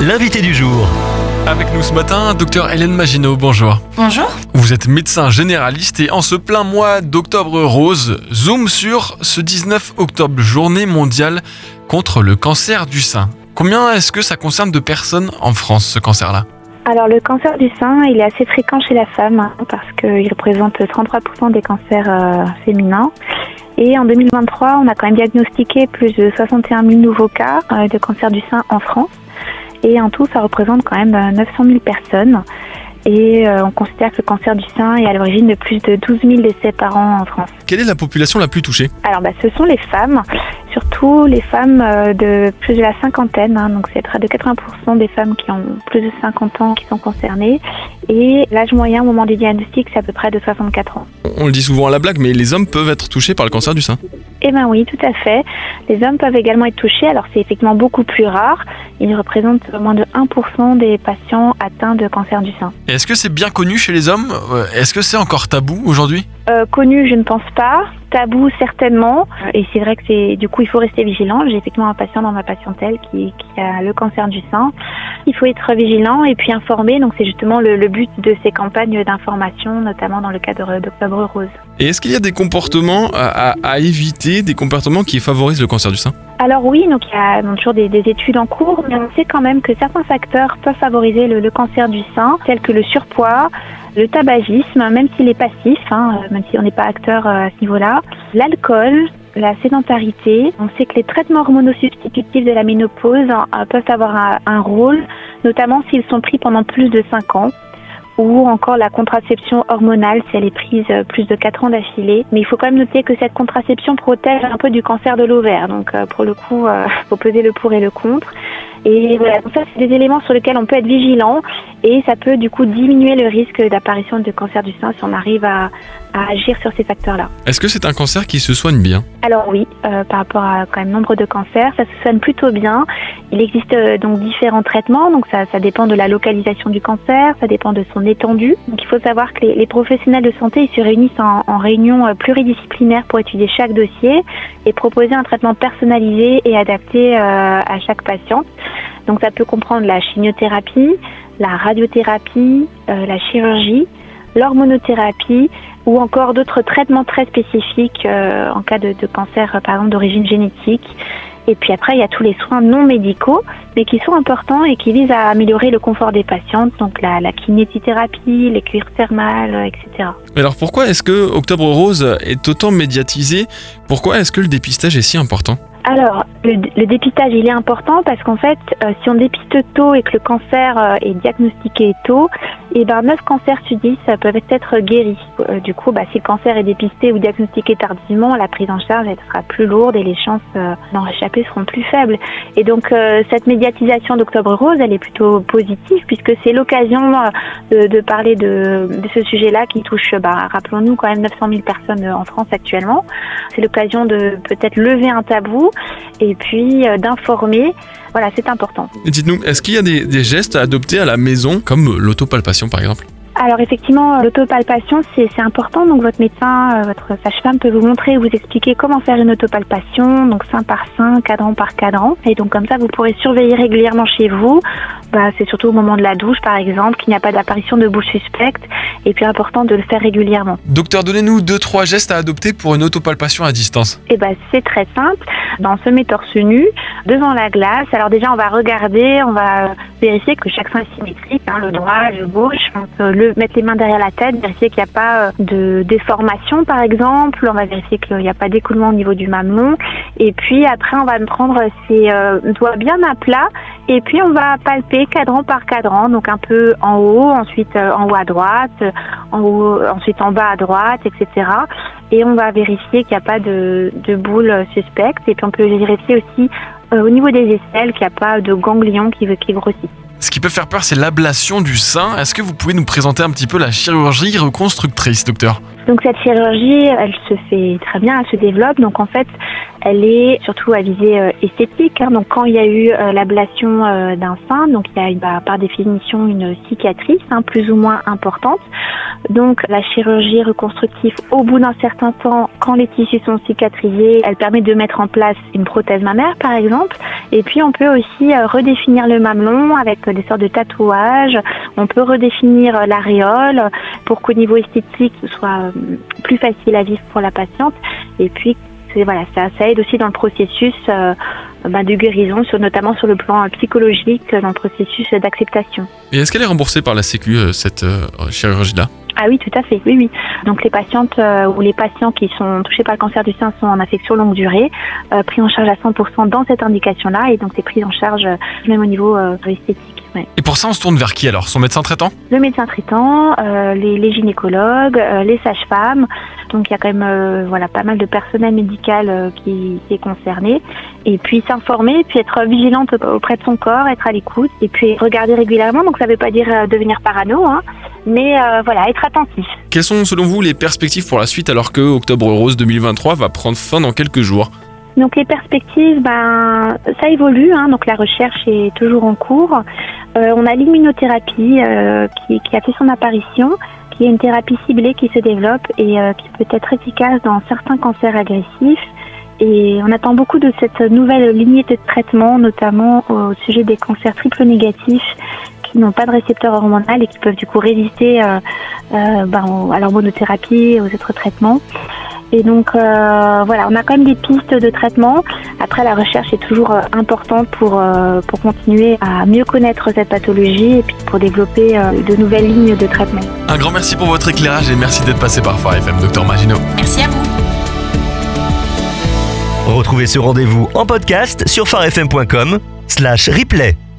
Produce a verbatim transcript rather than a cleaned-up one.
l'invité du jour. Avec nous ce matin, docteur Hélène Maginot, bonjour. Bonjour. Vous êtes médecin généraliste et en ce plein mois d'octobre rose, zoom sur ce dix-neuf octobre, journée mondiale contre le cancer du sein. Combien est-ce que ça concerne de personnes en France, ce cancer-là ? Alors le cancer du sein, il est assez fréquent chez la femme hein, parce qu'il représente trente-trois pour cent des cancers euh, féminins. Et en deux mille vingt-trois, on a quand même diagnostiqué plus de soixante et un mille nouveaux cas euh, de cancer du sein en France. Et en tout, ça représente quand même neuf cent mille personnes. Et euh, on considère que le cancer du sein est à l'origine de plus de douze mille décès par an en France. Quelle est la population la plus touchée ? Alors bah, ce sont les femmes, surtout les femmes euh, de plus de la cinquantaine. Hein, donc c'est près de quatre-vingts pour cent des femmes qui ont plus de cinquante ans qui sont concernées. Et l'âge moyen au moment du diagnostic, c'est à peu près de soixante-quatre ans. On le dit souvent à la blague, mais les hommes peuvent être touchés par le cancer du sein. Eh bien oui, tout à fait. Les hommes peuvent également être touchés. Alors c'est effectivement beaucoup plus rare. Ils représentent moins de un pour cent des patients atteints de cancer du sein. Et est-ce que c'est bien connu chez les hommes ? Est-ce que c'est encore tabou aujourd'hui ? Euh, connu, je ne pense pas. Tabou, certainement. Et c'est vrai que c'est, du coup, il faut rester vigilant. J'ai effectivement un patient dans ma patientèle qui, qui a le cancer du sein. Il faut être vigilant et puis informé. Donc, c'est justement le, le but de ces campagnes d'information, notamment dans le cadre d'Octobre Rose. Et est-ce qu'il y a des comportements à, à, à éviter, des comportements qui favorisent le cancer du sein ? Alors oui, donc il y a donc, toujours des, des études en cours, mais on sait quand même que certains facteurs peuvent favoriser le, le cancer du sein, tels que le surpoids, le tabagisme, même s'il est passif, hein, même si on n'est pas acteur à ce niveau-là, l'alcool, la sédentarité. On sait que les traitements hormonosubstitutifs de la ménopause hein, peuvent avoir un, un rôle, notamment s'ils sont pris pendant plus de cinq ans. Ou encore la contraception hormonale si elle est prise plus de quatre ans d'affilée. Mais il faut quand même noter que cette contraception protège un peu du cancer de l'ovaire. Donc pour le coup, il euh, faut peser le pour et le contre. Et voilà, donc ça c'est des éléments sur lesquels on peut être vigilant et ça peut du coup diminuer le risque d'apparition de cancer du sein si on arrive à, à agir sur ces facteurs-là. Est-ce que c'est un cancer qui se soigne bien ? Alors oui, euh, par rapport à quand même nombre de cancers, ça se soigne plutôt bien. Il existe euh, donc différents traitements, donc ça, ça dépend de la localisation du cancer, ça dépend de son étendue. Donc il faut savoir que les, les professionnels de santé ils se réunissent en, en réunion euh, pluridisciplinaire pour étudier chaque dossier et proposer un traitement personnalisé et adapté euh, à chaque patiente. Donc ça peut comprendre la chimiothérapie, la radiothérapie, euh, la chirurgie, l'hormonothérapie ou encore d'autres traitements très spécifiques euh, en cas de, de cancer, par exemple d'origine génétique. Et puis après, il y a tous les soins non médicaux, mais qui sont importants et qui visent à améliorer le confort des patientes, donc la, la kinésithérapie, les cures thermales, et cetera. Alors pourquoi est-ce que Octobre Rose est autant médiatisé ? Pourquoi est-ce que le dépistage est si important ? Alors, le, le dépistage, il est important parce qu'en fait, euh, si on dépiste tôt et que le cancer euh, est diagnostiqué tôt, et ben neuf cancers sur dix peuvent être guéris. Euh, du coup, bah, si le cancer est dépisté ou diagnostiqué tardivement, la prise en charge elle sera plus lourde et les chances euh, d'en réchapper seront plus faibles. Et donc, euh, cette médiatisation d'Octobre Rose, elle est plutôt positive puisque c'est l'occasion euh, de, de parler de, de ce sujet-là qui touche, bah, rappelons-nous, quand même neuf cent mille personnes en France actuellement. C'est l'occasion de peut-être lever un tabou et puis euh, d'informer. Voilà, c'est important. Et dites-nous, est-ce qu'il y a des, des gestes à adopter à la maison, comme l'autopalpation par exemple ? Alors effectivement, l'autopalpation, c'est, c'est important. Donc votre médecin, euh, votre sage-femme peut vous montrer, vous expliquer comment faire une autopalpation, donc sein par sein, cadran par cadran. Et donc comme ça, vous pourrez surveiller régulièrement chez vous. Bah, c'est surtout au moment de la douche, par exemple, qu'il n'y a pas d'apparition de bouche suspecte. Et puis important de le faire régulièrement. Docteur, donnez-nous deux, trois gestes à adopter pour une autopalpation à distance. Eh ben, c'est très simple. Ben, on se met torse nu devant la glace. Alors déjà, on va regarder, on va vérifier que chaque sein est symétrique, hein, le droit, le gauche. Donc, euh, le, mettre les mains derrière la tête, vérifier qu'il n'y a pas euh, de déformation, par exemple. On va vérifier qu'il n'y a pas d'écoulement au niveau du mamelon. Et puis après, on va prendre ses euh, doigts bien à plat. Et puis, on va palper cadran par cadran, donc un peu en haut, ensuite euh, en haut à droite, en haut, ensuite en bas à droite, et cetera. Et on va vérifier qu'il n'y a pas de, de boules suspectes. Et puis, on peut vérifier aussi euh, au niveau des aisselles qu'il n'y a pas de ganglions qui, qui grossissent. Ce qui peut faire peur, c'est l'ablation du sein. Est-ce que vous pouvez nous présenter un petit peu la chirurgie reconstructrice, docteur ? Donc cette chirurgie, elle se fait très bien, elle se développe. Donc en fait, elle est surtout à visée euh, esthétique. Hein. Donc quand il y a eu euh, l'ablation euh, d'un sein, donc il y a eu, bah, par définition une cicatrice hein, plus ou moins importante. Donc la chirurgie reconstructive, au bout d'un certain temps, quand les tissus sont cicatrisés, elle permet de mettre en place une prothèse mammaire par exemple. Et puis on peut aussi euh, redéfinir le mamelon avec euh, des sortes de tatouages. On peut redéfinir euh, l'aréole pour qu'au niveau esthétique, ce soit euh, plus facile à vivre pour la patiente. Et puis c'est, voilà, ça, ça aide aussi dans le processus euh, bah, de guérison, sur, notamment sur le plan psychologique, dans le processus d'acceptation. Et est-ce qu'elle est remboursée par la Sécu, euh, cette euh, chirurgie-là ? Ah oui, tout à fait, oui, oui. Donc les patientes euh, ou les patients qui sont touchés par le cancer du sein sont en affection longue durée, euh, pris en charge à cent pour cent dans cette indication-là, et donc c'est pris en charge euh, même au niveau euh, esthétique. Ouais. Et pour ça, on se tourne vers qui alors ? Son médecin traitant ? Le médecin traitant, euh, les, les gynécologues, euh, les sages-femmes. Donc il y a quand même euh, voilà, pas mal de personnel médical euh, qui, qui est concerné. Et puis s'informer, puis être vigilante auprès de son corps, être à l'écoute, et puis regarder régulièrement. Donc ça ne veut pas dire euh, devenir parano, hein, mais euh, voilà, être attentif. Quelles sont selon vous les perspectives pour la suite alors que Octobre Rose deux mille vingt-trois va prendre fin dans quelques jours ? Donc les perspectives, ben ça évolue, hein, donc la recherche est toujours en cours. Euh, on a l'immunothérapie euh, qui, qui a fait son apparition, qui est une thérapie ciblée qui se développe et euh, qui peut être efficace dans certains cancers agressifs. Et on attend beaucoup de cette nouvelle lignée de traitement, notamment au sujet des cancers triple négatifs qui n'ont pas de récepteur hormonal et qui peuvent du coup résister euh, euh, ben, à l'hormonothérapie et aux autres traitements. Et donc euh, voilà, on a quand même des pistes de traitement. Après, la recherche est toujours euh, importante pour, euh, pour continuer à mieux connaître cette pathologie et puis pour développer euh, de nouvelles lignes de traitement. Un grand merci pour votre éclairage et merci d'être passé par Phare F M, docteur Maginot. Merci à vous. Retrouvez ce rendez-vous en podcast sur pharefm point com slash replay.